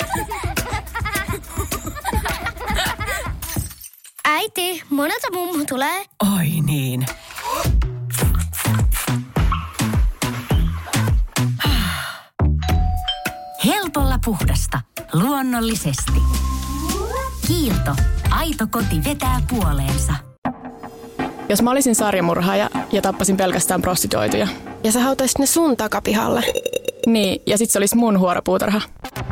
Äiti, monelta mummu tulee? Oi niin. Helpolla puhdasta. Luonnollisesti. Kiilto. Aito koti vetää puoleensa. Jos mä olisin sarjamurhaaja ja tappasin pelkästään prostituoituja. Ja sä hautaisit ne sun takapihalle. Niin, ja sit se olisi mun huoropuutarha.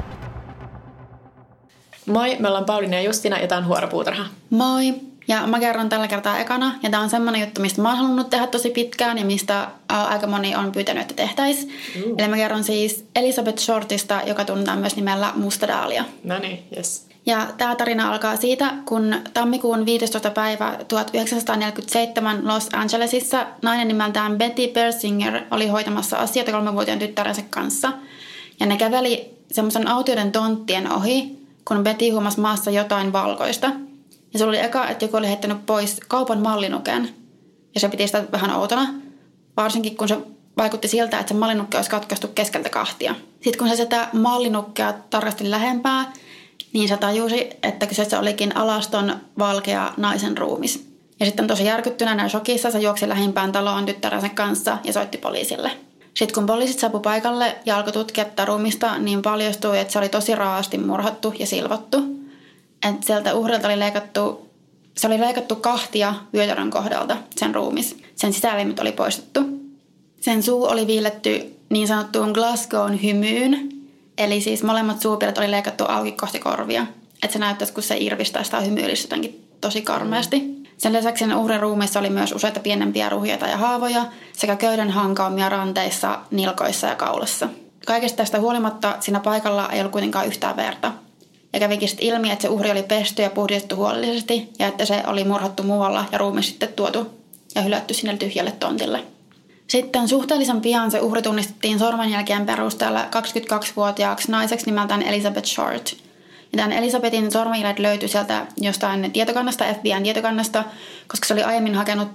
Moi, me ollaan Pauliina ja Justina ja tää on Huoropuutarha. Moi, ja mä kerron tällä kertaa ekana. Ja tää on semmonen juttu, mistä mä oon halunnut tehdä tosi pitkään ja mistä aika moni on pyytänyt, että tehtäis. Eli mä kerron siis Elizabeth Shortista, joka tunnetaan myös nimellä Musta Dahlia. No niin, yes. Ja tämä tarina alkaa siitä, kun tammikuun 15. päivä 1947 Los Angelesissa nainen nimeltään Betty Bersinger oli hoitamassa asioita 3-vuotiaan tyttärensä kanssa. Ja ne käveli semmoisen autioiden tonttien ohi, kun Betty huomasi maassa jotain valkoista. Ja se oli eka, että joku oli heittänyt pois kaupan mallinuken. Ja se piti sitä vähän outona, varsinkin kun se vaikutti siltä, että se mallinukke olisi katkaistu keskeltä kahtia. Sitten kun se sitä mallinukkea tarkasteli lähempää, niin se tajusi, että kyseessä olikin alaston valkea naisen ruumis. Ja sitten tosi järkyttyneenä ja shokissa se juoksi lähimpään taloon tyttärensä kanssa ja soitti poliisille. Sitten kun poliisit saapui paikalle ja alkoi tutkia tätä ruumista, niin paljastui, että se oli tosi raasti murhattu ja silvottu. Että sieltä uhrilta oli leikattu kahtia vyötärön kohdalta sen ruumis. Sen sisäelimet oli poistettu. Sen suu oli viilletty niin sanottuun Glasgown hymyyn. Eli siis molemmat suupielet oli leikattu auki kohti korvia. Että se näyttäisi, kun se irvistäisi tai hymyilisi jotenkin tosi karmeasti. Sen lisäksi sen uhrin ruumiissa oli myös useita pienempiä ruhjeita ja haavoja sekä köyden hankaumia ranteissa, nilkoissa ja kaulassa. Kaikesta tästä huolimatta siinä paikalla ei ollut kuitenkaan yhtään verta. Ja kävikin sitten ilmi, että se uhri oli pesty ja puhdistettu huolellisesti ja että se oli murhattu muualla ja ruumis sitten tuotu ja hylätty sinne tyhjälle tontille. Sitten suhteellisen pian se uhri tunnistettiin sormenjälkien perusteella 22-vuotiaaksi naiseksi nimeltään Elizabeth Short. Ja tämän Elizabethin sormenjäljet löytyi sieltä jostain tietokannasta, FBI:n tietokannasta, koska se oli aiemmin hakenut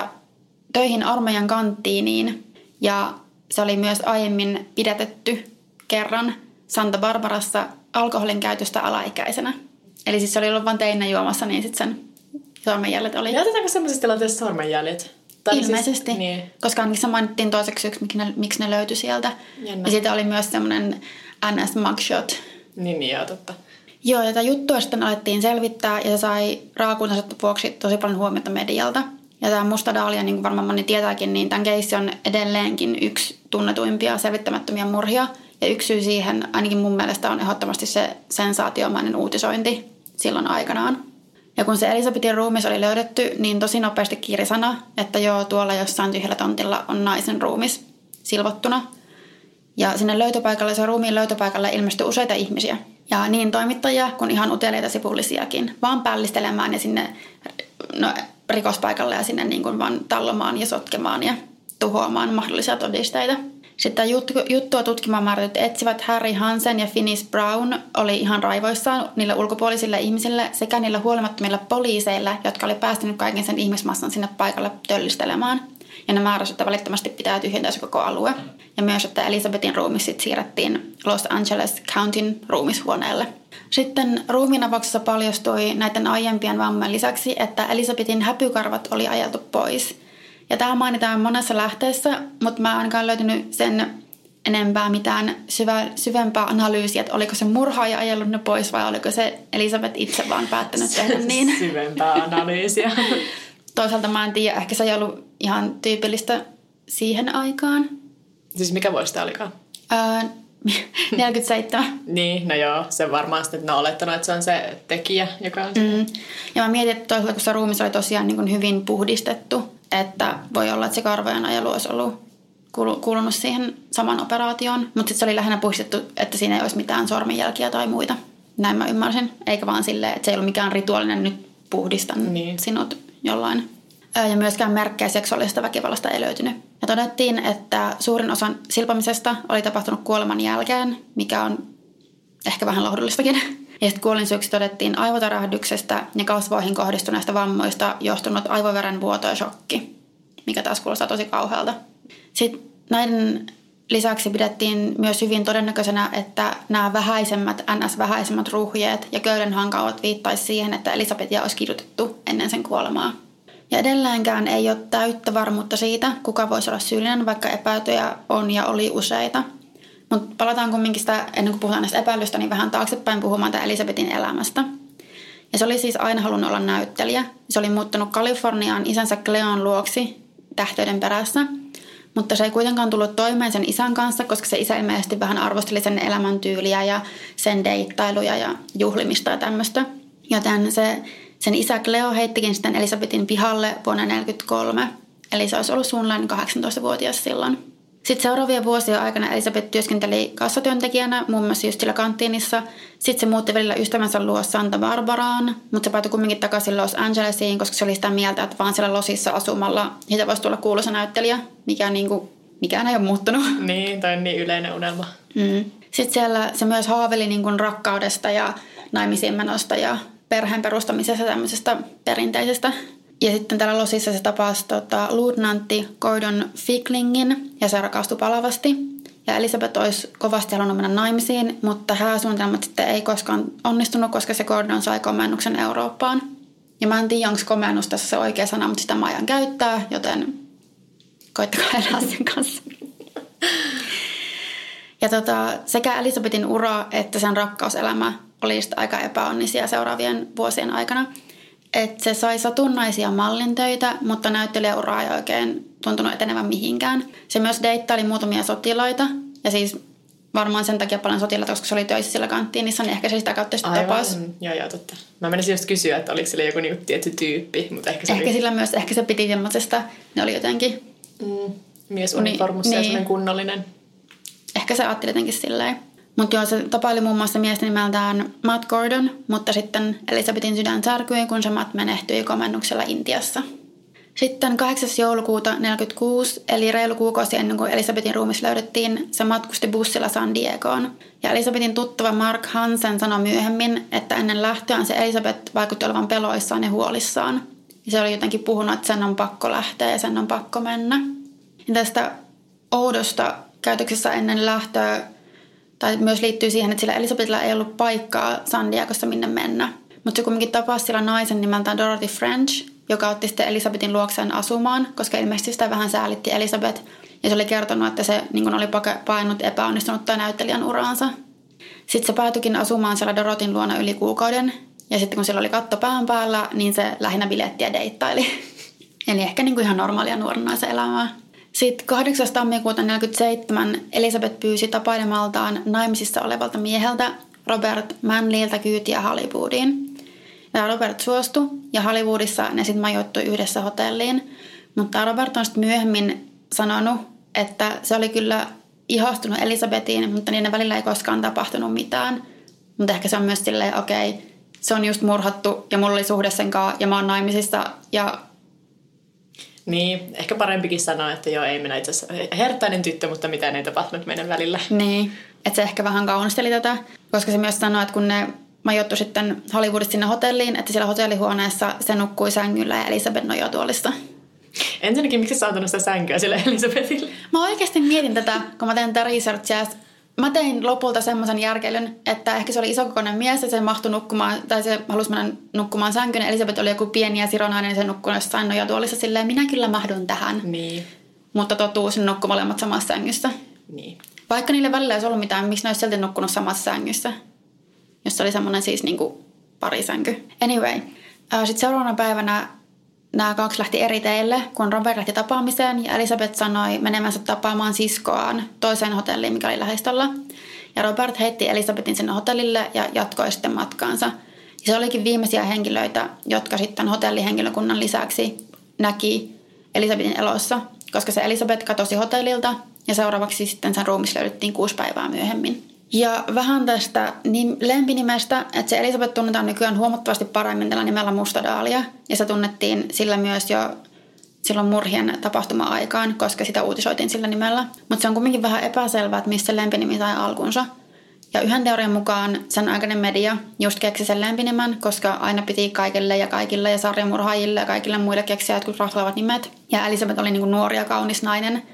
töihin armeijan kanttiiniin. Ja se oli myös aiemmin pidätetty kerran Santa Barbarassa alkoholin käytöstä alaikäisenä. Eli siis se oli ollut vain teinä juomassa, niin sitten sen sormenjäljet oli. Ja otetaanko semmoisessa tilanteessa sormenjäljet? Ilmeisesti, siis, niin. koska ainakin se mainittiin toiseksi yksi, miksi ne löytyi sieltä. Jännä. Ja siitä oli myös semmoinen NS mugshot. Niin, joo, totta. Joo, ja tätä juttua sitten alettiin selvittää ja se sai raakuutensa vuoksi tosi paljon huomiota medialta. Ja tämä Musta Dahlia, niin kuin varmaan moni tietääkin, niin tämän keissi on edelleenkin yksi tunnetuimpia selvittämättömiä murhia. Ja yksi syy siihen, ainakin mun mielestä, on ehdottomasti se sensaatiomainen uutisointi silloin aikanaan. Ja kun se Elizabethin ruumis oli löydetty, niin tosi nopeasti kiiri sana, että joo, tuolla jossain tyhjällä tontilla on naisen ruumis silvottuna. Ja sinne löytöpaikalle, se ruumiin löytöpaikalle ilmestyi useita ihmisiä. Ja niin toimittajia kuin ihan uteliaita sipullisiakin, vaan pällistelemään ja sinne rikospaikalle ja sinne niin kuin vaan tallomaan ja sotkemaan ja tuhoamaan mahdollisia todisteita. Sitten juttua tutkimaan määrätyt etsivät Harry Hansen ja Finis Brown oli ihan raivoissaan niille ulkopuolisille ihmisille sekä niillä huolimattomilla poliiseille, jotka oli päästänyt kaiken sen ihmismassan sinne paikalle töllistelemään. Ja ne määräsivät, että välittömästi pitää tyhjentää se koko alue. Ja myös, että Elizabethin ruumis sitten siirrettiin Los Angeles Countyn ruumishuoneelle. Sitten ruumiinavauksessa paljastui näiden aiempien vammojen lisäksi, että Elizabethin häpykarvat oli ajeltu pois. Ja tämä mainitaan monessa lähteessä, mutta mä en ainakaan löytynyt sen enempää mitään syvempää analyysiä, että oliko se murhaaja ajellut ne pois vai oliko se Elizabeth itse vaan päättänyt tehdä niin. Syvempää analyysiä. Toisaalta mä en tiedä, ehkä se ei ollut ihan tyypillistä siihen aikaan. Siis mikä vuosi tämä olikaan? 47. Niin, no joo, se varmaan sitten, että ne on olettanut, että se on se tekijä, joka on Ja mä mietin, että toisaalta kun se ruumis oli tosiaan niin kuin hyvin puhdistettu, että voi olla, että se karvojen ajelu olisi ollut kuulunut siihen saman operaatioon. Mutta sitten se oli lähinnä puhdistettu, että siinä ei olisi mitään sormenjälkiä tai muita. Näin mä ymmärsin. Eikä vaan silleen, että se ei ollut mikään rituaalinen nyt puhdistan sinut jollain. Ja myöskään merkkejä seksuaalisesta väkivallasta ei löytynyt. Ja todettiin, että suurin osa silpomisesta oli tapahtunut kuoleman jälkeen, mikä on ehkä vähän lohdullistakin. Ja sitten kuolinsyyksi todettiin aivotärähdyksestä ja kasvoihin kohdistuneista vammoista johtunut aivoveren vuoto ja shokki, mikä taas kuulostaa tosi kauhealta. Sitten näiden lisäksi pidettiin myös hyvin todennäköisenä, että nämä NS-vähäisemmät ruhjeet ja köydenhankaudet viittaisi siihen, että Elisabetia olisi kidutettu ennen sen kuolemaa. Ja edelleenkään ei ole täyttä varmuutta siitä, kuka voisi olla syyllinen, vaikka epäiltyjä on ja oli useita. Mutta palataan kumminkin sitä, ennen kuin puhutaan näistä epäilystä, niin vähän taaksepäin puhumaan tämän Elisabetin elämästä. Ja se oli siis aina halunnut olla näyttelijä. Se oli muuttanut Kaliforniaan isänsä Cleon luoksi tähteyden perässä. Mutta se ei kuitenkaan tullut toimeen sen isän kanssa, koska se isä ilmeisesti vähän arvosteli sen elämäntyyliä ja sen deittailuja ja juhlimista ja tämmöistä. Joten sen isä Cleo heittikin sitten Elisabetin pihalle vuonna 1943. Eli se olisi ollut suunnilleen 18-vuotias silloin. Sitten seuraavien vuosien aikana Elisabeth työskenteli kassatyöntekijänä muun muassa just sillä kanttiinissa. Sitten se muutti välillä ystävänsä luo Santa Barbaraan, mutta se päätyi kumminkin takaisin Los Angelesiin, koska se oli sitä mieltä, että vaan siellä Losissa asumalla siitä voisi tulla kuuluisa näyttelijä, mikään ei ole muuttunut. Niin, toi on niin yleinen unelma. Sitten siellä se myös haaveli niin kuin rakkaudesta ja naimisiin menosta ja perheen perustamisesta tämmöisestä perinteisestä. Ja sitten täällä Losissa se tapasi luutnantti Gordon Ficklingin ja se rakastui palavasti. Ja Elisabeth olisi kovasti halunnut mennä naimisiin, mutta hääsuunnitelmat sitten ei koskaan onnistunut, koska se Gordon sai komennuksen Eurooppaan. Ja mä en tiedä, onko komennus tässä se oikea sana, mutta sitä mä aion käyttää, joten koittakaa elää sen kanssa. Ja sekä Elisabetin ura että sen rakkauselämä oli aika epäonnisia seuraavien vuosien aikana. Että se sai satunnaisia mallintöitä, mutta näyttelijäura ei oikein tuntunut etenevän mihinkään. Se myös deittaili muutamia sotilaita, ja siis varmaan sen takia paljon sotilaita, koska se oli töissä sillä kanttiinissa, niin ehkä se sitä kautta sitten tapas. Joo, totta. Mä menisin just kysyä, että oliko sillä joku niinku tietty tyyppi, mutta ehkä se oli... sillä myös, ehkä se piti semmoisesta, ne oli jotenkin... Miesuniformussa ja semmoinen kunnollinen. Ehkä se ajatteli jotenkin silleen. Mutta joo, se tapaili muun muassa miestä nimeltään Matt Gordon, mutta sitten Elisabetin sydän särkyi, kun se Matt menehtyi komennuksella Intiassa. Sitten 8. joulukuuta 1946, eli reilu kuukausi ennen kuin Elisabetin ruumis löydettiin, se matkusti bussilla San Diegoon. Ja Elisabetin tuttava Mark Hansen sanoi myöhemmin, että ennen lähtöään se Elisabeth vaikutti olevan peloissaan ja huolissaan. Ja se oli jotenkin puhunut, että sen on pakko lähteä ja sen on pakko mennä. Ja tästä oudosta käytöksessä ennen lähtöä tai myös liittyy siihen, että sillä Elisabethilla ei ollut paikkaa San Diegossa minne mennä. Mutta se kuitenkin tapasi sillä naisen nimeltään Dorothy French, joka otti sitten Elisabetin luokseen asumaan, koska ilmeisesti sitä vähän säälitti Elisabeth. Ja se oli kertonut, että se niin oli painut epäonnistunutta näyttelijän uraansa. Sitten se päätyikin asumaan siellä Dorotin luona yli kuukauden. Ja sitten kun sillä oli katto pään päällä, niin se lähinnä biletti ja deittaili. Eli ehkä niin kuin ihan normaalia nuoren naisen elämää. Sitten 8. tammikuuta 1947 Elisabeth pyysi tapailemaltaan naimisissa olevalta mieheltä Robert Manleyltä kyytiä Hollywoodiin. Ja Robert suostui ja Hollywoodissa ne sitten majoittui yhdessä hotelliin. Mutta Robert on sitten myöhemmin sanonut, että se oli kyllä ihastunut Elisabetiin, mutta niiden välillä ei koskaan tapahtunut mitään. Mutta ehkä se on myös silleen, okei, se on just murhattu ja mulla oli suhde sen kanssa ja mä oon naimisissa ja... Niin, ehkä parempikin sanoa, että joo, ei minä itse asiassa herttainen tyttö, mutta mitään ei tapahtunut meidän välillä. Niin, että se ehkä vähän kaunisteli tätä, koska se myös sanoi, että kun ne majoittui sitten Hollywoodissa sinne hotelliin, että siellä hotellihuoneessa se nukkui sängyllä ja Elisabeth nojatuolissa. Ensinnäkin, miksi sä antanut sitä sänkyä sille Elisabethille? Mä oikeasti mietin tätä, kun mä tein tätä researchia. Mä tein lopulta semmoisen järkeilyn, että ehkä se oli isokokoinen mies ja se mahtui nukkumaan, tai se halusi mennä nukkumaan sänkyyn. Elisabeth oli joku pieni ja sironainen ja se nukkui jossain nojatuolissa silleen, minä kyllä mahdun tähän. Niin. Mutta totuus, ne nukkui molemmat samassa sängyssä. Niin. Vaikka niille välillä ei olisi ollut mitään, miksi ne olisi silti nukkunut samassa sängyssä? Jos se oli semmoinen siis niinku parisänky. Anyway, sitten seuraavana päivänä nämä kaksi lähti eri teille, kun Robert lähti tapaamiseen ja Elisabeth sanoi menemänsä tapaamaan siskoaan toiseen hotelliin, mikä oli lähistöllä. Ja Robert heitti Elisabetin sinne hotellille ja jatkoi sitten matkaansa. Ja se olikin viimeisiä henkilöitä, jotka sitten hotellihenkilökunnan lisäksi näki Elisabetin elossa, koska se Elisabeth katosi hotellilta ja seuraavaksi sitten sen ruumis löydettiin 6 päivää myöhemmin. Ja vähän tästä lempinimestä, että se Elisabeth tunnetaan nykyään huomattavasti paremmin tällä nimellä Musta Dahlia. Ja se tunnettiin sillä myös jo silloin murhien tapahtuma-aikaan, koska sitä uutisoitiin sillä nimellä. Mutta se on kuitenkin vähän epäselvää, että missä lempinimi sai alkunsa. Ja yhden teorian mukaan sen aikainen media just keksi sen lempinimen, koska aina piti kaikille ja kaikille ja sarjamurhaajille ja kaikille muille keksiä jotkut raflaavat nimet. Ja Elisabeth oli niin kuin nuori ja kaunis nainen.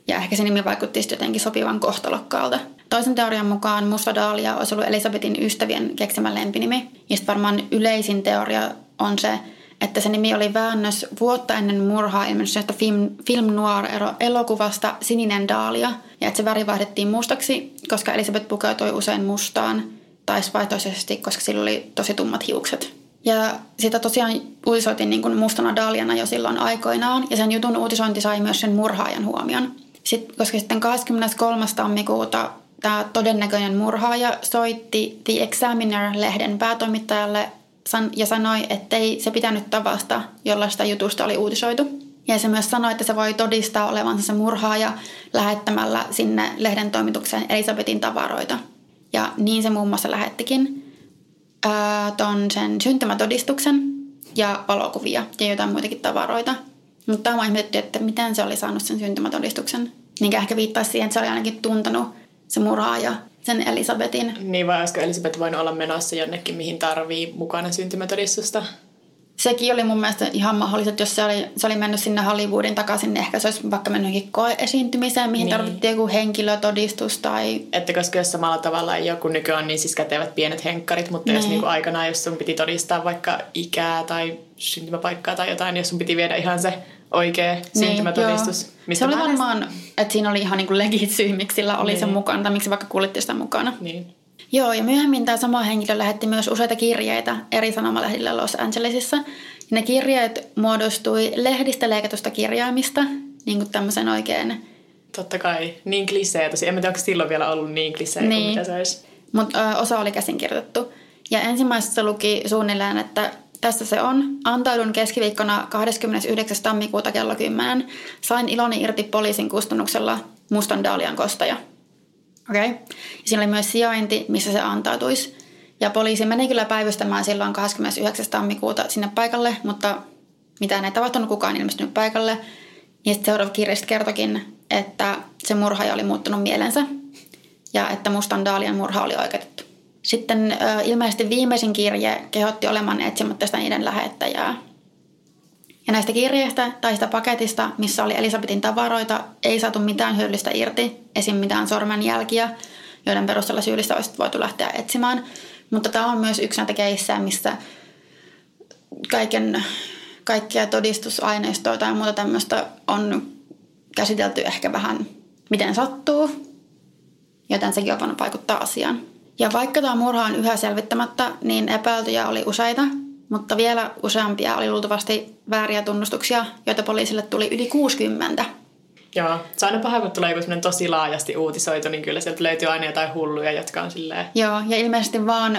Ja ehkä se nimi vaikutti jotenkin sopivan kohtalokkaalta. Toisen teorian mukaan Musta Dahlia olisi ollut Elisabetin ystävien keksimä lempinimi. Ja sitten varmaan yleisin teoria on se, että se nimi oli väännös vuotta ennen murhaa ilmestyneestä film noir-elokuvasta Sininen Dahlia. Ja että se väri vaihdettiin mustaksi, koska Elisabeth pukeutui usein mustaan. Tai vaihtoisesti, koska sillä oli tosi tummat hiukset. Ja sitä tosiaan uutisoitiin niin kuin mustana dahliana jo silloin aikoinaan. Ja sen jutun uutisointi sai myös sen murhaajan huomion. Koska sitten 23. tammikuuta tämä todennäköinen murhaaja soitti The Examiner-lehden päätoimittajalle ja sanoi, ettei se pitänyt tavasta, jolla sitä jutusta oli uutisoitu. Ja se myös sanoi, että se voi todistaa olevansa se murhaaja lähettämällä sinne lehden toimitukseen Elisabetin tavaroita. Ja niin se muun muassa lähettikin ton sen syntymätodistuksen ja valokuvia ja jotain muitakin tavaroita. Mutta tämä on ihmetetty, että miten se oli saanut sen syntymätodistuksen. Minkä ehkä viittaisi siihen, että se oli ainakin tuntenut se murhaaja sen Elisabetin. Niin, vai olisiko Elisabeth voinut olla menossa jonnekin, mihin tarvii mukana syntymätodistusta? Sekin oli mun mielestä ihan mahdollista, että jos se oli mennyt sinne Hollywoodin takaisin, niin ehkä se olisi vaikka mennyt johonkin koeesiintymiseen, mihin tarvittiin joku henkilötodistus tai... Että koska jos samalla tavalla ei joku nykyään niin siis kätevät pienet henkkarit, mutta jos niinku aikanaan, jos sun piti todistaa vaikka ikää tai syntymäpaikkaa tai jotain, jos sun piti viedä ihan se oikea syntymätodistus. Se oli varmaan, että siinä oli ihan niinku legit syy, miksi sillä oli sen mukana tai miksi vaikka kuljetti sitä mukana. Niin. Joo, ja myöhemmin tämä sama henkilö lähetti myös useita kirjeitä eri sanomalehdille Los Angelesissa. Ja ne kirjeet muodostui lehdistä leikatusta kirjaimista, niin kuin tämmöisen oikein... Totta kai, niin klisee. Tosi en tiedä, onko silloin vielä ollut niin klisee kuin mitä se olisi. Mutta osa oli käsinkirjoitettu. Ja ensimmäisessä luki suunnilleen, että tässä se on. Antaudun keskiviikkona 29. tammikuuta kello 10. Sain iloni irti poliisin kustannuksella Mustan Dahlian kostaja. Okei. Ja siinä oli myös sijainti, missä se antautuisi. Ja poliisi meni kyllä päivystämään silloin 29. tammikuuta sinne paikalle, mutta mitään ei tapahtunut, kukaan ilmestynyt paikalle. Ja sitten seuraava kirja kertokin, että se murhaaja oli muuttanut mielensä ja että Mustan Dahlian murha oli oikeutettu. Sitten ilmeisesti viimeisin kirje kehotti olemaan etsimättä sitä niiden lähettäjää. Ja näistä kirjeistä tai sitä paketista, missä oli Elisabetin tavaroita, ei saatu mitään hyödyllistä irti, esim. Mitään sormenjälkiä, joiden perusteella syyllistä olisi voitu lähteä etsimään. Mutta tämä on myös yksi näitä keissejä, missä kaikkia todistusaineistoa tai muuta tämmöistä on käsitelty ehkä vähän miten sattuu, joten sekin on voinut vaikuttaa asiaan. Ja vaikka tämä murha on yhä selvittämättä, niin epäiltyjä oli useita, mutta vielä useampia oli luultavasti vääriä tunnustuksia, joita poliisille tuli yli 60. Joo, se on aina paha, kun tulee joku tosi laajasti uutisoitu, niin kyllä sieltä löytyy aina jotain hulluja, jotka on silleen... Joo, ja ilmeisesti vaan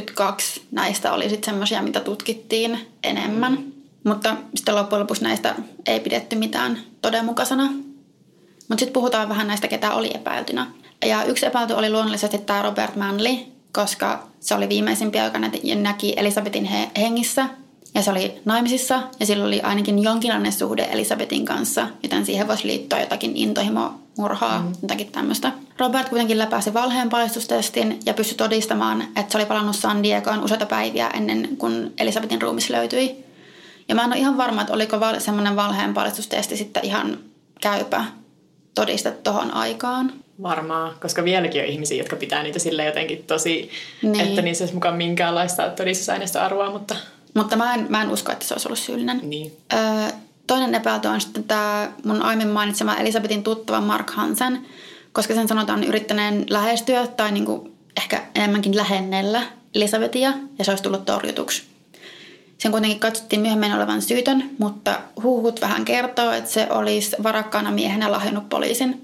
22 näistä oli sitten semmoisia, mitä tutkittiin enemmän. Mutta sitten loppujen lopuksi näistä ei pidetty mitään todenmukaisena. Mutta sitten puhutaan vähän näistä, ketä oli epäiltynä. Ja yksi epäilty oli luonnollisesti tämä Robert Manley, koska se oli viimeisimpiä, joka näki Elisabetin hengissä. Ja se oli naimisissa ja sillä oli ainakin jonkinlainen suhde Elisabetin kanssa, joten siihen voisi liittyä jotakin intohimomurhaa, jotakin tämmöistä. Robert kuitenkin läpäisi valheenpaljastustestin ja pystyi todistamaan, että se oli palannut San Diegoon useita päiviä ennen kuin Elisabetin ruumis löytyi. Ja mä en ole ihan varma, että oliko semmoinen valheenpaljastustesti sitten ihan käypä todiste tohon aikaan. Varmaan, koska vieläkin on ihmisiä, jotka pitää niitä sille jotenkin tosi, että niissä olisi mukaan minkäänlaista todistusaineista arvoa, Mutta mä en usko, että se olisi ollut syyllinen. Niin. Toinen epäilty on sitten tämä mun aiemmin mainitsema Elisabetin tuttava Mark Hansen, koska sen sanotaan yrittäneen lähestyä tai niinku ehkä enemmänkin lähennellä Elisabetia ja se olisi tullut torjutuksi. Sen kuitenkin katsottiin myöhemmin olevan syytön, mutta huhut vähän kertoo, että se olisi varakkaana miehenä lahjonnut poliisin.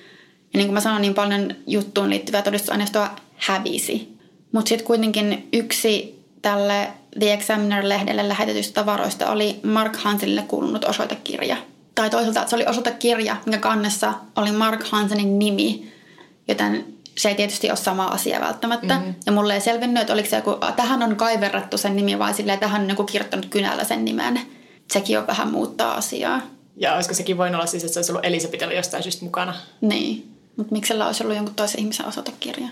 Ja niin kuin mä sanoin, niin paljon juttuun liittyvää todistusaineistoa hävisi. Mutta sitten kuitenkin yksi tälle The Examiner-lehdelle lähetetyistä tavaroista oli Mark Hansenille kuulunut osoitekirja. Tai toisaalta se oli osoitekirja, minkä kannessa oli Mark Hansenin nimi, joten se ei tietysti ole sama asia välttämättä. Mm-hmm. Ja mulle ei selvinnyt, että oliko se joku, tähän on kaiverrattu sen nimi vai silleen, tähän on joku kirjoittanut kynällä sen nimen. Sekin on vähän muuttaa asiaa. Ja olisiko sekin voinut olla siis, että se olisi ollut Elisabetilla jostain syystä mukana? Niin, mutta miksi sillä olisi ollut jonkun toisen ihmisen osoitekirja?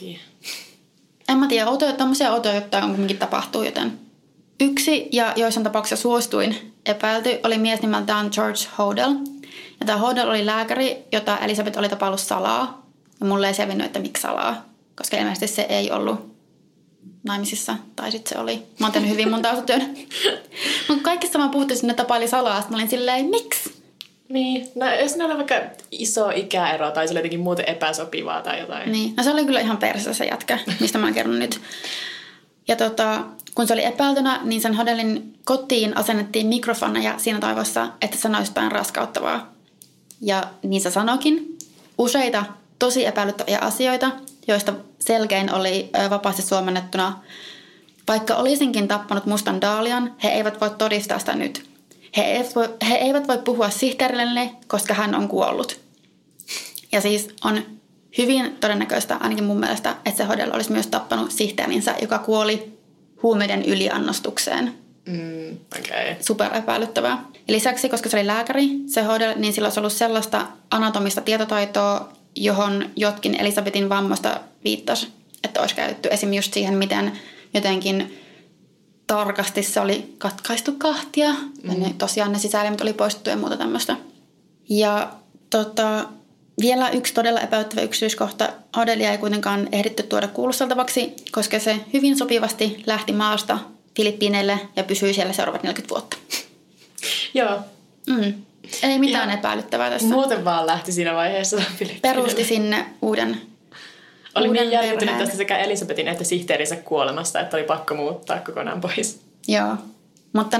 En mä tiedä, tämmöisiä outoja juttuja on kuitenkin tapahtuu, joten yksi ja joissain tapauksissa suosituin epäilty oli mies nimeltään George Hodel. Ja tämä Hodel oli lääkäri, jota Elizabeth oli tapaillut salaa. Ja mulle ei selvinnyt, että miksi salaa, koska ilmeisesti se ei ollut naimisissa. Tai sitten se oli. Mä oon tehnyt hyvin mun taustatyön. Mutta kaikista mä puhuttiin, että ne tapaili salaa. Sitten mä olin silleen, miksi? Niin, no jos ne oli vaikka iso ikäero tai se oli jotenkin muuten epäsopivaa tai jotain. Niin, no se oli kyllä ihan perse se jätkä, mistä mä kerron nyt. Ja kun se oli epäiltynä, niin sen Hodelin kotiin asennettiin mikrofoneja siinä toivossa, että se sanoisi jotain raskauttavaa. Ja niin se sanoikin. Useita tosi epäilyttäviä asioita, joista selkein oli vapaasti suomennettuna. Vaikka olisinkin tappanut mustan Dahlian, he eivät voi todistaa sitä nyt. He eivät voi puhua sihteerilleni, koska hän on kuollut. Ja siis on hyvin todennäköistä, ainakin mun mielestä, että se Hodel olisi myös tappanut sihteerinsä, joka kuoli huumeiden yliannostukseen. Okay. Super epäilyttävää. Ja lisäksi, koska se oli lääkäri, se Hodel, niin sillä olisi ollut sellaista anatomista tietotaitoa, johon jotkin Elisabetin vammoista viittasi, että olisi käytetty esim. Just siihen, miten jotenkin tarkasti se oli katkaistu kahtia. Ja tosiaan ne sisäelimet oli poistettu ja muuta tämmöistä. Ja vielä yksi todella epäilyttävä yksityiskohta. Hodelia ei kuitenkaan ehditty tuoda kuulusteltavaksi, koska se hyvin sopivasti lähti maasta Filippiineille ja pysyi siellä seuraavat 40 vuotta. Joo. Ei mitään epäilyttävää tässä. Muuten vaan lähti siinä vaiheessa Filippiineille. Perusti sinne uuden oli niin järkyttynyt tästä sekä Elisabetin että sihteerinsä kuolemasta, että oli pakko muuttaa kokonaan pois. Joo, mutta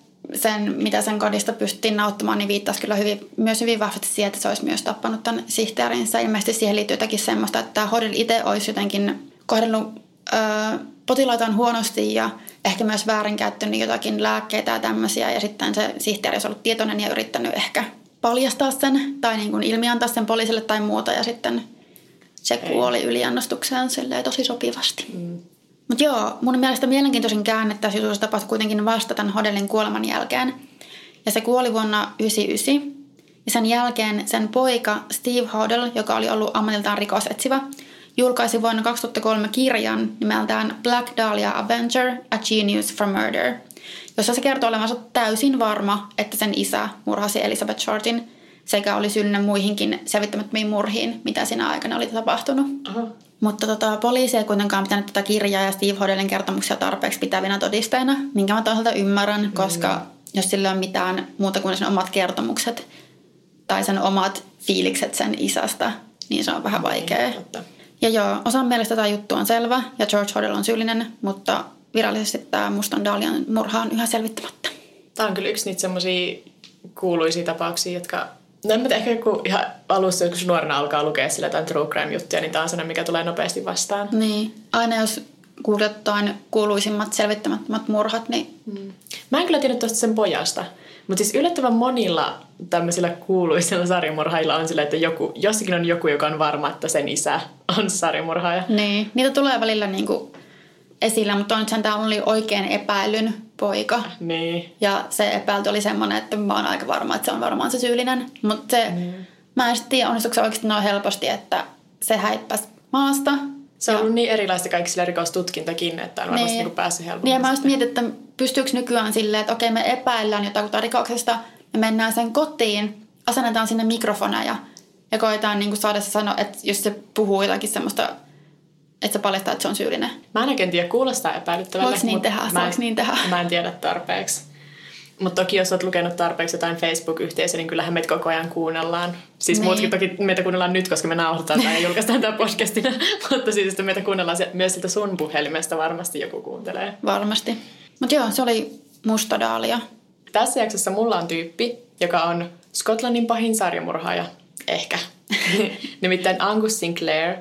mitä sen kodista pystyttiin nauttamaan, niin viittasi kyllä myös hyvin vahvasti siihen, että se olisi myös tappanut tämän sihteerinsä. Ilmeisesti siihen liittyy jotakin semmoista, että Hodel itse olisi jotenkin kohdellut potilaitaan huonosti ja ehkä myös väärinkäyttänyt jotakin lääkkeitä ja tämmöisiä. Ja sitten se sihteeri olisi ollut tietoinen ja yrittänyt ehkä paljastaa sen tai niin kuin ilmiantaa sen poliisille tai muuta. Ja sitten se kuoli yliannostukseen silleen tosi sopivasti. Mutta joo, mun mielestä mielenkiintoisin käänne tässä jutussa tapahtui kuitenkin vasta tämän Hodelin kuoleman jälkeen. Ja se kuoli vuonna 1999. Ja sen jälkeen sen poika Steve Hodel, joka oli ollut ammatiltaan rikosetsivä, julkaisi vuonna 2003 kirjan nimeltään Black Dahlia Avenger, A Genius for Murder, jossa se kertoo olevansa täysin varma, että sen isä murhasi Elizabeth Shortin sekä oli syyllinen muihinkin selvittämättömiin murhiin, mitä siinä aikana oli tapahtunut. Aha. Mutta poliisi ei kuitenkaan pitänyt tätä kirjaa ja Steve Hodelin kertomuksia tarpeeksi pitävinä todisteina, minkä mä toisaalta ymmärrän, koska jos sillä on mitään muuta kuin sen omat kertomukset tai sen omat fiilikset sen isästä, niin se on vähän vaikea. Ja joo, osan mielestä tämä juttu on selvä ja George Hodel on syyllinen, mutta virallisesti tämä mustan Dahlian murha on yhä selvittämättä. Tämä on kyllä yksi niitä semmoisia kuuluisia tapauksia, jotka no en mä ehkä kun ihan alussa joskus nuorena alkaa lukea sillä jotain true crime-juttuja, niin tämä on sellainen, mikä tulee nopeasti vastaan. Niin, aina jos kuulet jotain kuuluisimmat selvittämättömät murhat, niin Mä en kyllä tiedä tuosta sen pojasta, mutta siis yllättävän monilla tämmöisillä kuuluisilla sarjamurhailla on sillä, että jossakin on joku, joka on varma, että sen isä on sarjamurhaaja. Niin, niitä tulee välillä niinku esillä, mutta on sen tämä oli oikein epäilyn poika. Niin. Ja se epäilty oli semmoinen, että mä oon aika varma, että se on varmaan se syyllinen. Mutta mä en tiedä, onnistuiko se oikeasti noin helposti, että se häippäsi maasta. Se on ollut niin erilaista kaikilla rikostutkintakin, että on varmasti niin päässyt helpommin. Niin ja mä just mietin, että pystyykö nykyään silleen, että okei, me epäillään jotain rikoksesta, me mennään sen kotiin, asennetaan sinne mikrofoneja ja koetaan niin kuin saada se sanoa, että jos se puhuu jotakin semmoista, että se paljastaa, että se on syyllinen. Mä en oikein tiedä, kuulostaa epäilyttävälle. Voiko niin tehdä? Mä en tiedä tarpeeksi. Mutta toki jos olet lukenut tarpeeksi jotain Facebook-yhteisöä, niin kyllähän meitä koko ajan kuunnellaan. Siis niin. Muutkin toki meitä kuunnellaan nyt, koska me nauhoitetaan ja julkaistaan tämä podcastina. Mutta siis että meitä kuunnellaan myös siltä sun puhelimesta varmasti joku kuuntelee. Varmasti. Mutta joo, se oli musta Dahlia. Tässä jaksossa mulla on tyyppi, joka on Skotlannin pahin sarjamurhaaja. Ehkä. Nimittäin Angus Sinclair.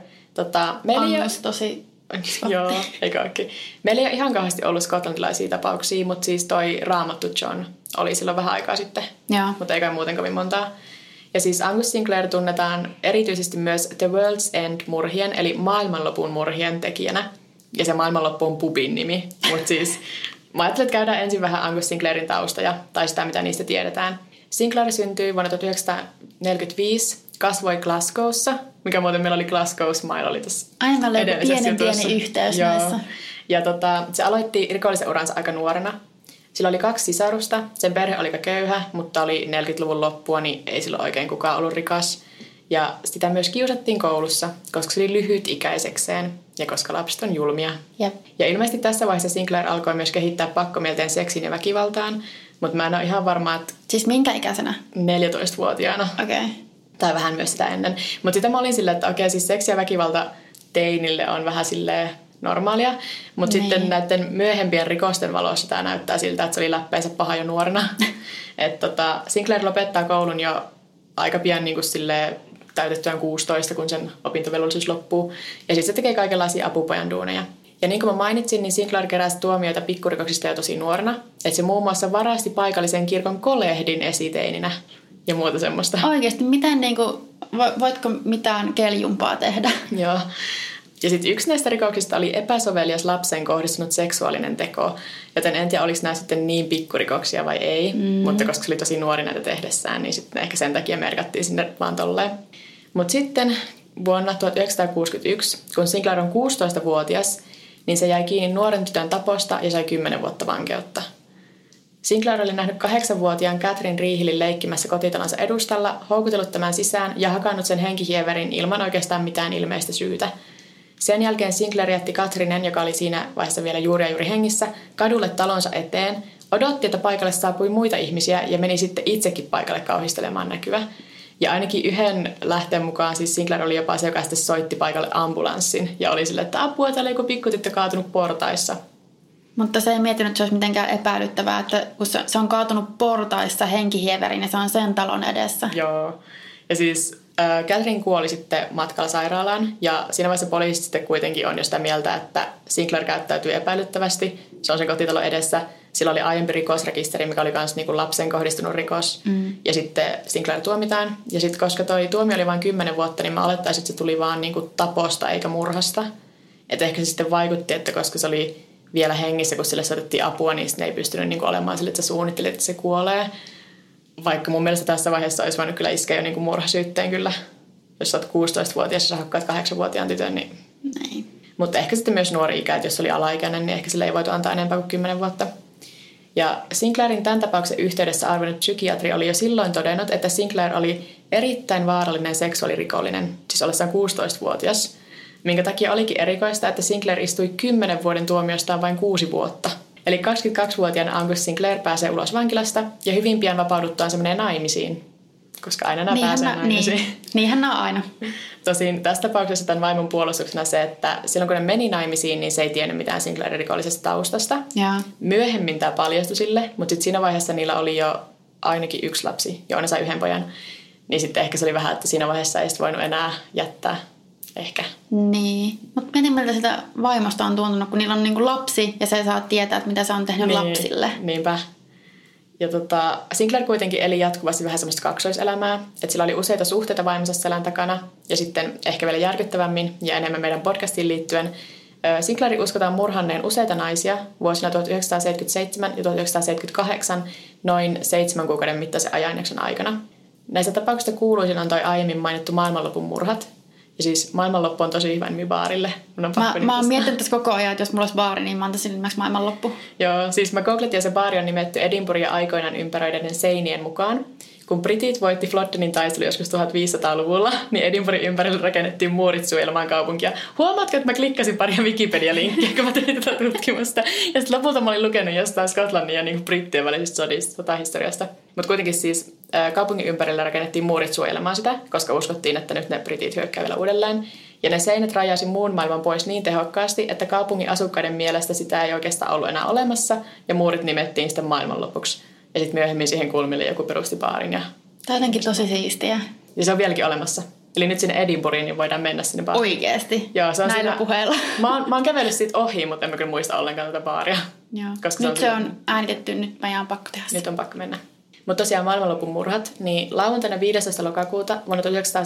Angus tosi... Joo, ei kaikki. Meillä ei ole ihan kauheasti ollut skotlantilaisia tapauksia, mutta siis toi Raamattu John oli silloin vähän aikaa sitten. Joo. Mutta ei kai muuten kovin montaa. Ja siis Angus Sinclair tunnetaan erityisesti myös The World's End-murhien, eli maailmanlopun murhien tekijänä. Ja se maailmanloppu on pubin nimi. Mutta siis mä ajattelin, että käydään ensin vähän Angus Sinclairin taustoja, tai sitä mitä niistä tiedetään. Sinclair syntyi vuonna 1945, kasvoi Glasgowssa, mikä muuten meillä oli Glasgow Smile, oli tässä edellisessä jutussa. Pieni yhteys Joo. näissä. Ja se aloitti rikollisen uransa aika nuorena. Sillä oli 2 sisarusta, sen perhe oli aika köyhä, mutta oli 40-luvun loppua, niin ei silloin oikein kukaan ollut rikas. Ja sitä myös kiusattiin koulussa, koska se oli lyhytikäisekseen ja koska lapset on julmia. Jep. Ja ilmeisesti tässä vaiheessa Sinclair alkoi myös kehittää pakkomielteen seksiin ja väkivaltaan, mutta mä en ole ihan varma, että... Siis minkä ikäisenä? 14-vuotiaana. Okei. Okay. Tai vähän myös sitä ennen. Mutta sitä mä olin silleen, että okei, siis seksi ja väkivalta teinille on vähän silleen normaalia. Mutta sitten näiden myöhempien rikosten valossa tämä näyttää siltä, että se oli läppeensä paha jo nuorena. Että Sinclair lopettaa koulun jo aika pian niin kuin silleen täytettyään 16, kun sen opintovelvollisuus loppuu. Ja sitten se tekee kaikenlaisia apupojan duuneja. Ja niin kuin mä mainitsin, niin Sinclair keräsi tuomioita pikkurikoksista jo tosi nuorena. Että se muun muassa varasti paikallisen kirkon kolehdin esiteininä ja muuta semmoista. Oikeasti, miten niinku, voitko mitään keljumpaa tehdä? Joo. Ja sitten yksi näistä rikoksista oli epäsovelias lapseen kohdistunut seksuaalinen teko. Joten en tiedä, oliko nämä sitten niin pikkurikoksia vai ei. Mutta koska se oli tosi nuori näitä tehdessään, niin sitten ehkä sen takia merkattiin sinne vaan tolleen. Mutta sitten vuonna 1961, kun Sinclair on 16-vuotias, niin se jäi kiinni nuoren tytön taposta ja sai 10 vuotta vankeutta. Sinclair oli nähnyt 8-vuotiaan Catherine Reehillin leikkimässä kotitalonsa edustalla, houkutellut tämän sisään ja hakannut sen henkihieverin ilman oikeastaan mitään ilmeistä syytä. Sen jälkeen Sinclair jätti Catherinen, joka oli siinä vaiheessa vielä juuri hengissä, kadulle talonsa eteen, odotti, että paikalle saapui muita ihmisiä ja meni sitten itsekin paikalle kauhistelemaan näkyvä. Ja ainakin yhden lähteen mukaan siis Sinclair oli jopa se, joka sitten soitti paikalle ambulanssin ja oli sille, että apua, täällä joku pikkutyttö kaatunut portaissa. Mutta se ei miettinyt, että se olisi mitenkään epäilyttävää, että kun se on kaatunut portaissa henkihieverin ja se on sen talon edessä. Joo. Ja siis Catherine kuoli sitten matkalla sairaalaan ja siinä vaiheessa poliisit sitten kuitenkin on jo sitä mieltä, että Sinclair käyttäytyy epäilyttävästi. Se on sen kotitalon edessä. Sillä oli aiempi rikosrekisteri, mikä oli myös niin lapsen kohdistunut rikos. Ja sitten Sinclair tuomitaan. Ja sitten koska toi tuomio oli vain 10 vuotta, niin mä olettaisin, että se tuli vaan niin kuin taposta eikä murhasta. Että ehkä se sitten vaikutti, että koska se oli vielä hengissä, kun sille soitettiin apua, niin ne ei pystynyt niin kuin olemaan sille, että se suunnitteli, että se kuolee. Vaikka mun mielestä tässä vaiheessa olisi voinut kyllä iskeä jo niin kuin murhasyytteen kyllä. Jos sä oot 16-vuotias ja sä hakkaat 8-vuotiaan tytön, niin... Näin. Mutta ehkä sitten myös nuori ikä, että jos se oli alaikäinen, niin ehkä sille ei voitu antaa enempää kuin 10 vuotta. Ja Sinclairin tämän tapauksen yhteydessä arvioinut psykiatri oli jo silloin todennut, että Sinclair oli erittäin vaarallinen seksuaalirikollinen, siis ollessaan 16-vuotias, minkä takia olikin erikoista, että Sinclair istui 10 vuoden tuomiostaan vain 6 vuotta. Eli 22-vuotiaana Angus Sinclair pääsee ulos vankilasta ja hyvin pian vapauduttuaan se menee naimisiin, koska aina nämä pääsee naimisiin. Niinhän nämä aina. Tosin tässä tapauksessa tämän vaimon puolustuksena se, että silloin kun ne meni naimisiin, niin se ei tiennyt mitään Sinclairin rikollisesta taustasta. Ja. Myöhemmin tämä paljastui sille, mutta sitten siinä vaiheessa niillä oli jo ainakin 1 lapsi, joo ne sai 1 pojan. Niin sitten ehkä se oli vähän, että siinä vaiheessa ei sitten voinut enää jättää. Ehkä. Niin. Mutta mietin, miltä sitä vaimosta on tuntunut, kun niillä on niinku lapsi ja se saa tietää, että mitä se on tehnyt lapsille. Niinpä. Ja Sinclair kuitenkin eli jatkuvasti vähän semmoista kaksoiselämää, että sillä oli useita suhteita vaimonsa selän takana ja sitten ehkä vielä järkyttävämmin ja enemmän meidän podcastiin liittyen. Sinclairin uskotaan murhanneen useita naisia vuosina 1977 ja 1978 noin 7 kuukauden mittaisen ajanjakson aikana. Näistä tapauksista kuuluisin on toi aiemmin mainittu maailmanlopun murhat. Ja siis maailmanloppu on tosi hyvä nimi baarille. Mä oon miettinyt tässä koko ajan, että jos mulla olisi baari, niin mä antaisin nimeksi maailmanloppu. Joo, siis mä googletin ja se baari on nimetty Edinburghin aikoinaan ympäröideiden seinien mukaan. Kun britit voitti Floddenin taistelu joskus 1500-luvulla, niin Edinburghin ympärille rakennettiin muurit suojelemaan kaupunkia. Huomaatko, että mä klikkasin pari Wikipedia-linkkiä, kun mä tein tätä tutkimusta. Ja sitten lopulta mä olin lukenut jostain Skotlannin ja niin brittien välisistä sodista historiasta. Mutta kuitenkin siis kaupungin ympärille rakennettiin muurit suojelemaan sitä, koska uskottiin, että nyt ne britit hyökkää vielä uudelleen. Ja ne seinät rajasi muun maailman pois niin tehokkaasti, että kaupungin asukkaiden mielestä sitä ei oikeastaan ollut enää olemassa, ja muurit nimettiin sitten maailmanlopuksi. Ja sitten myöhemmin siihen kulmille joku perusti baarin. Tämä on jotenkin tosi siistiä. Ja se on vieläkin olemassa. Eli nyt sinne Edinburghiin niin voidaan mennä sinne baariin. Oikeesti? Joo, se on näillä puheilla. Mä oon kävellyt siitä ohi, mutta en mä kyllä muista ollenkaan tätä baaria. Joo. Nyt se on äänitetty, nyt meidän on pakko tehdä. Nyt on pakko mennä. Mutta tosiaan maailmanlopun murhat, niin lauantaina 15. lokakuuta vuonna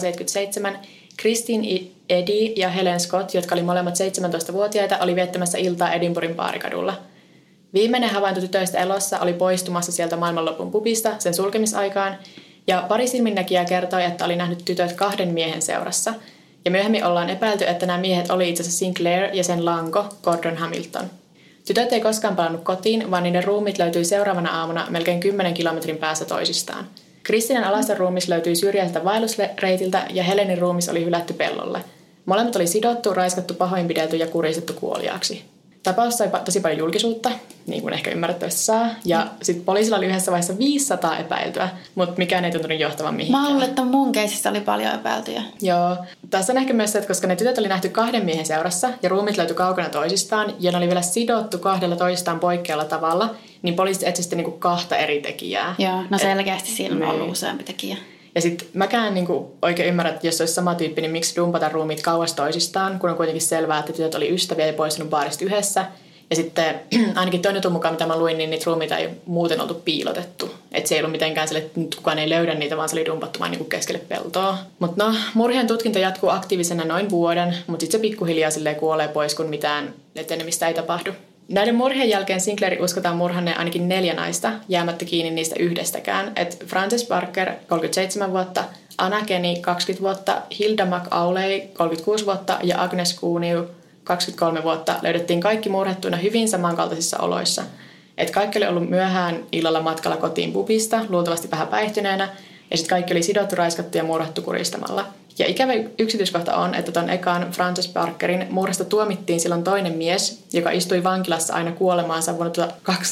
1977 Christine Eddy ja Helen Scott, jotka oli molemmat 17-vuotiaita, oli viettämässä iltaa Edinburghin baarikadulla. Viimeinen havainto tytöistä elossa oli poistumassa sieltä maailmanlopun pubista sen sulkemisaikaan, ja pari silminnäkijää kertoi, että oli nähnyt tytöt 2 miehen seurassa. Ja myöhemmin ollaan epäilty, että nämä miehet oli itse asiassa Sinclair ja sen lanko Gordon Hamilton. Tytöt ei koskaan palannut kotiin, vaan niiden ruumit löytyi seuraavana aamuna melkein 10 kilometrin päässä toisistaan. Kristinen alasten ruumis löytyi syrjäiseltä vaellusreitiltä ja Helenin ruumis oli hylätty pellolle. Molemmat oli sidottu, raiskattu, pahoinpidelty ja kuristettu kuoliaaksi. Tapaus sai tosi paljon julkisuutta, niin kuin ehkä ymmärrettävästi saa. Ja sitten poliisilla oli yhdessä vaiheessa 500 epäiltyä, mutta mikään ei tuntunut johtavan mihinkään. Mä luulen, että mun keisissä oli paljon epäiltyjä. Joo. Tässä on ehkä myös se, että koska ne tytöt oli nähty 2 miehen seurassa ja ruumit löytyi kaukana toisistaan ja ne oli vielä sidottu 2 toisistaan poikkealla tavalla, niin poliisit etsi sitten niinku 2 eri tekijää. Joo, no selkeästi siinä on ollut useampi tekijä. Ja sitten mäkään niinku oikein ymmärrä, että jos olisi sama tyyppi, niin miksi dumpata ruumiit kauas toisistaan, kun on kuitenkin selvää, että tytöt oli ystäviä ja poistunut baarista yhdessä. Ja sitten ainakin toinen jutun mukaan, mitä mä luin, niin niitä ruumiita ei muuten oltu piilotettu. Että se ei ollut mitenkään sille, että nyt kukaan ei löydä niitä, vaan se oli dumpattu vain niinku keskelle peltoa. Mutta no, murhien tutkinta jatkuu aktiivisena noin vuoden, mutta sitten se pikkuhiljaa kuolee pois, kun mitään etenemistä ei tapahdu. Näiden murhien jälkeen Sinclairin uskotaan murhanneen ainakin 4 naista, jäämättä kiinni niistä yhdestäkään. Et Frances Barker, 37 vuotta, Anna Kenny, 20 vuotta, Hilda McAuley, 36 vuotta ja Agnes Kuuniu, 23 vuotta, löydettiin kaikki murhattuina hyvin samankaltaisissa oloissa. Et kaikki oli ollut myöhään illalla matkalla kotiin pubista, luultavasti vähän päihtyneenä, ja sitten kaikki oli sidottu, raiskattu ja murhattu kuristamalla. Ja ikävä yksityiskohta on, että ton ekan Frances Barkerin murhasta tuomittiin silloin toinen mies, joka istui vankilassa aina kuolemaansa vuonna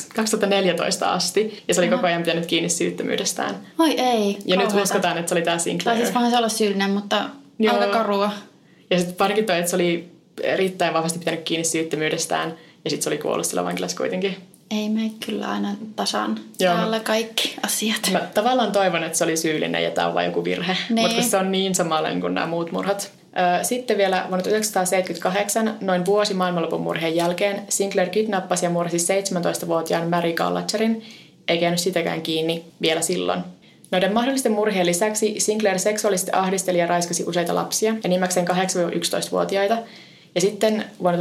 2014 asti. Ja se oli koko ajan pitänyt kiinni syyttömyydestään. Oi ei. Ja nyt uskotaan, että se oli tää Sinclair. Tai siis vähän se olla syyllinen, mutta aika karua. Ja sitten parikin toi, että se oli erittäin vahvasti pitänyt kiinni syyttömyydestään. Ja sitten se oli kuollut sillä vankilassa kuitenkin. Ei mene kyllä aina tasan täällä kaikki asiat. Mä tavallaan toivon, että se oli syyllinen ja tämä on vain joku virhe. Mutta se on niin samanlainen kuin nämä muut murhat. Sitten vielä vuonna 1978, noin vuosi maailmanlopun murhien jälkeen, Sinclair kidnappasi ja murhasi 17-vuotiaan Mary Gallagherin, eikä jäänyt sitäkään kiinni vielä silloin. Noiden mahdollisten murhien lisäksi Sinclair seksuaalisesti ahdisteli ja raiskasi useita lapsia, enimmäkseen 8-11-vuotiaita. Ja sitten vuonna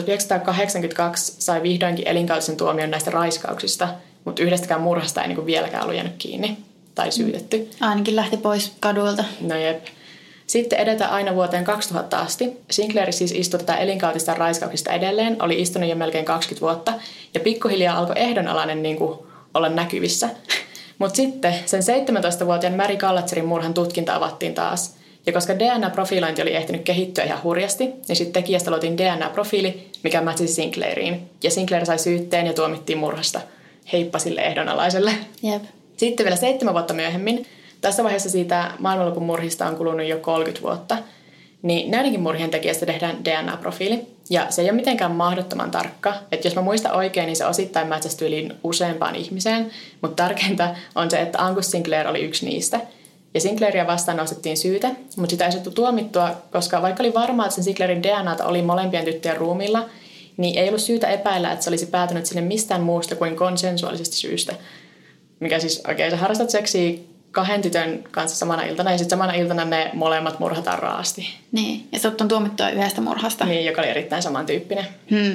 1982 sai vihdoinkin elinkautisen tuomion näistä raiskauksista, mutta yhdestäkään murhasta ei niinku vieläkään ollut jäänyt kiinni tai syytetty. Ainakin lähti pois kadulta. No jep. Sitten edetään aina vuoteen 2000 asti. Sinclair siis istui tätä elinkautista raiskauksista edelleen, oli istunut jo melkein 20 vuotta ja pikkuhiljaa alkoi ehdonalainen niinku olla näkyvissä. Mutta sitten sen 17-vuotiaan Mary Gallagherin murhan tutkinta avattiin taas. Ja koska DNA-profilointi oli ehtinyt kehittyä ihan hurjasti, niin sitten tekijästä luotiin DNA-profiili, mikä mätsisi Sinclairiin. Ja Sinclair sai syytteen ja tuomittiin murhasta. Heippa sille ehdonalaiselle. Jep. Sitten vielä 7 vuotta myöhemmin, tässä vaiheessa siitä maailmanlopun murhista on kulunut jo 30 vuotta, niin näidenkin murhien tekijästä tehdään DNA-profiili. Ja se ei ole mitenkään mahdottoman tarkka. Että jos mä muistan oikein, niin se osittain mätsästyi useampaan ihmiseen. Mutta tärkeintä on se, että Angus Sinclair oli yksi niistä. Ja Sinclairia vastaan nostettiin syyte, mutta sitä ei saatu tuomittua, koska vaikka oli varmaa, että sen Sinclairin DNAta oli molempien tyttöjen ruumiilla, niin ei ollut syytä epäillä, että se olisi päätynyt sinne mistään muusta kuin konsensuaalisesta syystä. Mikä siis oikein, sä harrastat seksiä 2 tytön kanssa samana iltana ja sitten samana iltana ne molemmat murhataan raasti. Niin, ja sut on tuomittua yhdestä murhasta. Niin, joka oli erittäin samantyyppinen.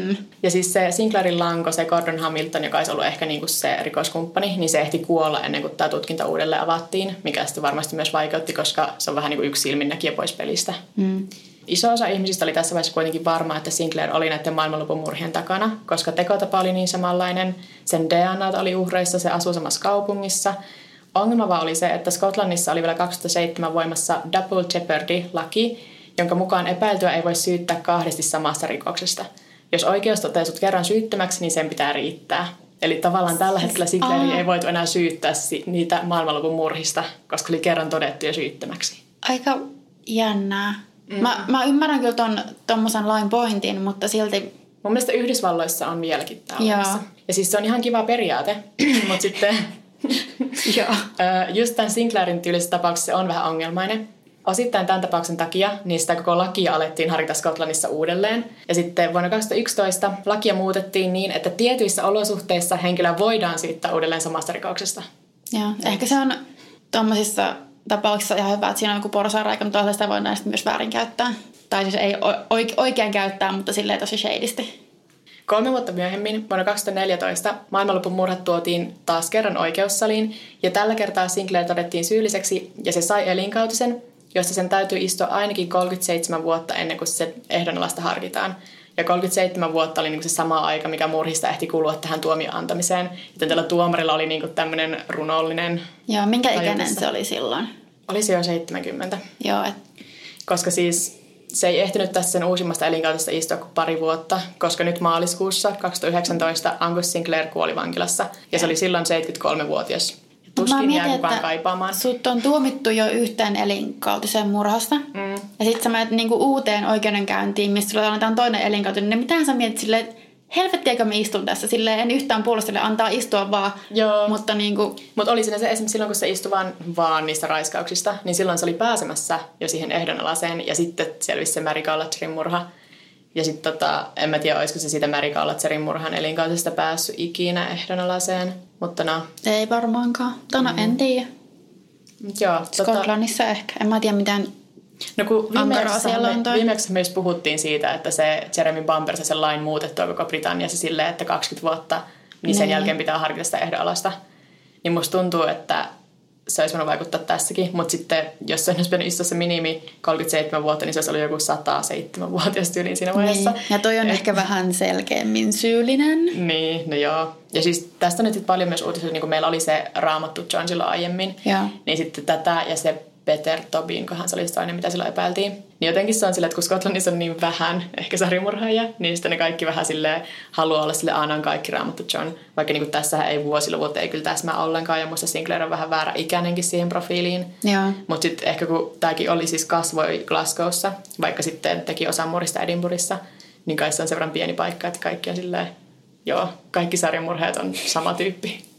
Ja siis se Sinclairin lanko, se Gordon Hamilton, joka olisi ollut ehkä niinku se rikoskumppani, niin se ehti kuolla ennen kuin tämä tutkinta uudelleen avattiin, mikä sitten varmasti myös vaikeutti, koska se on vähän niin kuin yksi silminnäkijä pois pelistä. Iso osa ihmisistä oli tässä vaiheessa kuitenkin varma, että Sinclair oli näiden maailmanlopun murhien takana, koska tekotapa oli niin samanlainen, sen DNAta oli uhreissa, se asui samassa kaupungissa. Ongelma vaan oli se, että Skotlannissa oli vielä 2007 voimassa Double Jeopardy-laki, jonka mukaan epäiltyä ei voi syyttää 2 samasta rikoksesta. Jos oikeus toteaa sut kerran syyttömäksi, niin sen pitää riittää. Eli tavallaan tällä hetkellä Sinclairia ei voitu enää syyttää niitä maailmanlopun murhista, koska oli kerran todettu jo syyttömäksi. Aika jännää. Mä ymmärrän kyllä tommosen lain pointin, mutta silti... Mun mielestä Yhdysvalloissa on vieläkin tää olemassa. Ja siis se on ihan kiva periaate, mutta sitten... Just tämän Sinclairin tyylisessä tapauksessa se on vähän ongelmainen. Osittain tämän tapauksen takia niin sitä koko lakia alettiin harkita Skotlannissa uudelleen. Ja sitten vuonna 2011 lakia muutettiin niin, että tietyissä olosuhteissa henkilöä voidaan syyttää uudelleen samasta rikoksesta. Joo, ehkä se on tommosissa tapauksissa ihan hyvä, että siinä on joku porsaanreikä, mutta toisaalta sitä voidaan myös väärinkäyttää. Tai siis ei oikein käyttää, mutta silleen tosi shadisti. 3 vuotta myöhemmin, vuonna 2014, maailmanlopun murhat tuotiin taas kerran oikeussaliin ja tällä kertaa Sinclair todettiin syylliseksi ja se sai elinkautisen, josta sen täytyy istua ainakin 37 vuotta ennen kuin se ehdonalaista harkitaan. Ja 37 vuotta oli niin kuin se sama aika, mikä murhista ehti kulua tähän tuomion antamiseen. Joten tällä tuomarilla oli niin kuin tämmöinen runollinen... Joo, minkä ikäinen se oli silloin? Oli se jo 70. Joo, Koska siis se ei ehtinyt tässä sen uusimmasta elinkautista istua kuin pari vuotta, koska nyt maaliskuussa 2019 Angus Sinclair kuoli vankilassa. Ja se oli silloin 73-vuotias. Tuskin jää kukaan kaipaamaan. Sut on tuomittu jo yhteen elinkautiseen murhasta. Ja sit sä menet niinku uuteen oikeudenkäyntiin, missä sulla annetaan toinen elinkautinen. Niin mitähän sä mietit silleen, että helvettiäkö mä istun tässä? Silleen en yhtään puolustele, antaa istua vaan. Joo. Mutta niinku... Mut oli siinä se esimerkiksi silloin, kun se istui vaan niistä raiskauksista, niin silloin se oli pääsemässä jo siihen ehdonalaiseen. Ja sitten selvisi se Mary Gallagherin murha. Ja sitten en mä tiedä, olisiko se siitä Mary Gallagherin murhan elinkautista päässyt ikinä ehdonalaiseen. Mutta no. Ei varmaankaan. En tiedä. Joo. Skotlannissa ehkä. En mä tiedä mitään ankaraa siellä on toi. Viimeksi myös puhuttiin siitä, että se Jeremy Bumper sen lain muutettua koko Britanniassa silleen, että 20 vuotta, niin sen jälkeen pitää harkita sitä ehdonalaista. Niin musta tuntuu, että se olisi voinut vaikuttaa tässäkin, mutta sitten jos se olisi pitänyt istua se minimi 37 vuotta, niin se olisi ollut joku 107-vuotias tyyliin siinä vaiheessa. Niin. Ja toi on ehkä vähän selkeämmin syyllinen. Niin, no joo. Ja siis tästä nyt paljon myös uutisoitu, niin kun meillä oli se Raamattu John silloin aiemmin, niin sitten tätä ja se Peter Tobin, kohan se oli toinen, mitä silloin epäiltiin. Niin jotenkin se on silleen, että kun Skotlannissa on niin vähän ehkä sarjamurhaajia, niin sitten ne kaikki vähän silleen haluaa olla silleen, aina on kaikki Raamattu John. Vaikka niin kuin tässähän ei vuosiluvut ei kyllä täsmää ollenkaan, ja musta Sinclair on vähän väärä ikäinenkin siihen profiiliin. Mutta sitten ehkä kun tämäkin oli siis kasvoi Glasgowssa, vaikka sitten teki osan murhista Edinburghissa, niin kai se on sen verran pieni paikka, että kaikki on silleen, joo, kaikki sarjamurheet on sama tyyppi.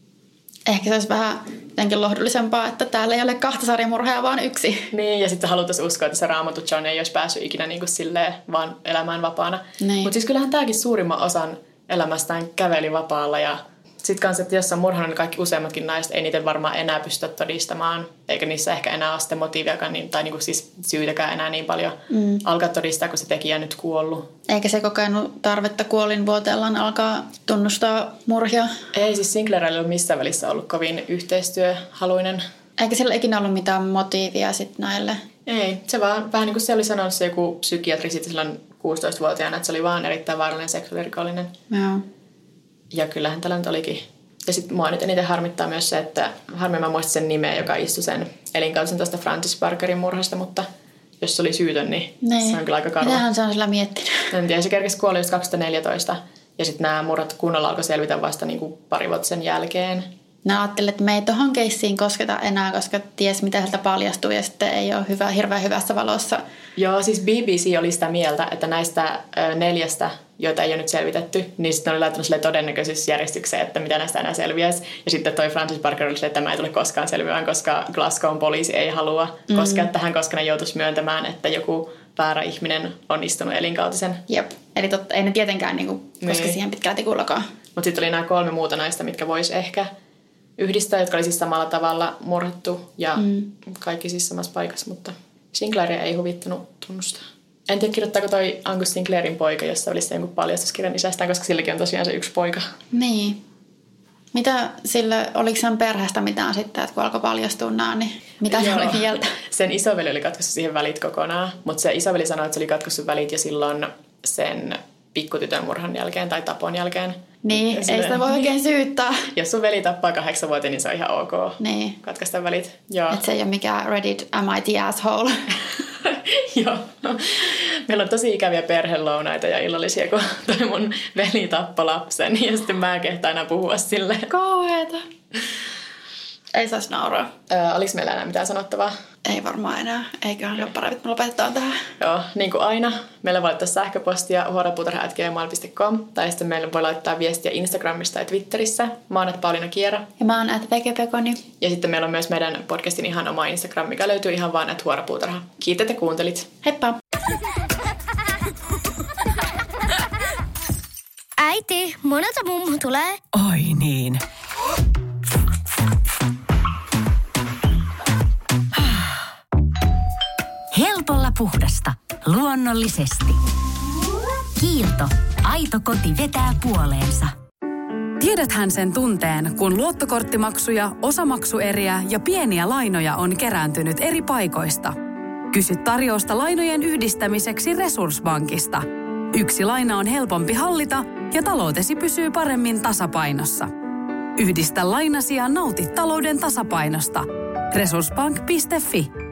Ehkä se olisi vähän jotenkin lohdullisempaa, että täällä ei ole 2 sarjamurhaa, vaan 1. Niin, ja sitten haluttaisiin uskoa, että se Raamattu John ei olisi päässyt ikinä niin kuin silleen, vaan elämään vapaana. Niin. Mutta siis kyllähän tämäkin suurimman osan elämästään käveli vapaalla. Ja sitten kanssa, että jos on murhannut, niin kaikki useammatkin naiset ei niitä varmaan enää pystytä todistamaan. Eikä niissä ehkä enää ole sitten motiiviakaan, tai niin kuin siis syytäkään enää niin paljon alkaa todistaa, kun se tekijä nyt kuollut. Eikä se kokenut tarvetta kuolinvuoteellaan alkaa tunnustaa murhia? Ei, siis Sinclair ei ole missään välissä ollut kovin yhteistyöhaluinen. Eikä sillä ikinä ollut mitään motiivia sitten näille? Ei, se vaan vähän niin kuin se oli sanonut se joku psykiatri sitten silloin 16-vuotiaana, että se oli vaan erittäin vaarallinen seksuaalirikollinen. Joo. Ja kyllähän tällä nyt olikin. Ja sitten mua nyt eniten harmittaa myös se, että harmi mä muistin sen nimeä, joka istui sen elinkautisen tuosta Francis Parkerin murhasta, mutta jos se oli syytön, niin se on kyllä aika karua. Mitähän se on sillä miettinyt? En tiedä, se kerkesi kuoli just 2014 ja sitten nämä murhat kunnolla alkoi selvitä vasta niin kuin pari vuotta sen jälkeen. Mä ajattelin, että me ei tohon keissiin kosketa enää, koska ties mitä sieltä paljastuu ja sitten ei ole hirveän hyvässä valossa. Joo, siis BBC oli sitä mieltä, että näistä 4, joita ei ole nyt selvitetty, niin sitten oli laittanut sille todennäköisyysjärjestykseen, että mitä näistä enää selviäisi. Ja sitten toi Francis Parker oli sille, että tämä ei tule koskaan selviämään, koska Glasgown poliisi ei halua koskea tähän, koska ne joutuisi myöntämään, että joku väärä ihminen on istunut elinkautisen. Jep, eli ei ne tietenkään koske siihen pitkään tikullakaan. Mutta sitten oli nämä 3 muuta naista, mitkä voisi ehkä yhdistää, jotka oli siis samalla tavalla murhattu ja kaikki siis samassa paikassa, mutta Sinclairia ei huvittanut tunnustaa. En tiedä, kirjoittaako toi Angus Sinclairin poika, jossa olisi jonkun paljastuskirjan isästään, koska silläkin on tosiaan se 1 poika. Niin. Mitä sille, oliko sen perheestä mitään sitten, että kun alkoi paljastua nämä, niin mitä se oli mieltä? Sen isoveli oli katkaissut siihen välit kokonaan, mutta se isoveli sanoi, että se oli katkaissut välit jo silloin sen pikkutytön murhan jälkeen tai tapon jälkeen. Niin, ei sitä voi oikein syyttää. Jos sun veli tappaa 8-vuotiaan, niin se on ihan ok. Niin. Katkaista välit. Joo. Että se ei ole mikään Reddit, am I the asshole? Joo. Meillä on tosi ikäviä perhelounaita ja illallisia, kun toi mun veli tappoi lapsen. Ja sitten mä en kehtaa enää puhua silleen. Kauheeta. Ei saisi nauraa. Oliko meillä enää mitään sanottavaa? Ei varmaan enää. Eiköhän ole parempi, että me lopetetaan tähän. Joo, niin kuin aina. Meillä voi laittaa sähköpostia huorapuutarha@gmail.com tai sitten meillä voi laittaa viestiä Instagramista ja Twitterissä. Mä oon Pauliina Kiera. Ja mä oon @vegepekoni. Ja sitten meillä on myös meidän podcastin ihan oma Instagram, mikä löytyy ihan vaan @huorapuutarha. Kiitos, että kuuntelit. Heippa! Äiti, monelta mummu tulee? Oi niin. Helpolla puhdasta. Luonnollisesti. Kiilto. Aito koti vetää puoleensa. Tiedäthän sen tunteen, kun luottokorttimaksuja, osamaksueriä ja pieniä lainoja on kerääntynyt eri paikoista. Kysy tarjousta lainojen yhdistämiseksi Resurssbankista. Yksi laina on helpompi hallita ja taloutesi pysyy paremmin tasapainossa. Yhdistä lainasi ja nauti talouden tasapainosta. Resurssbank.fi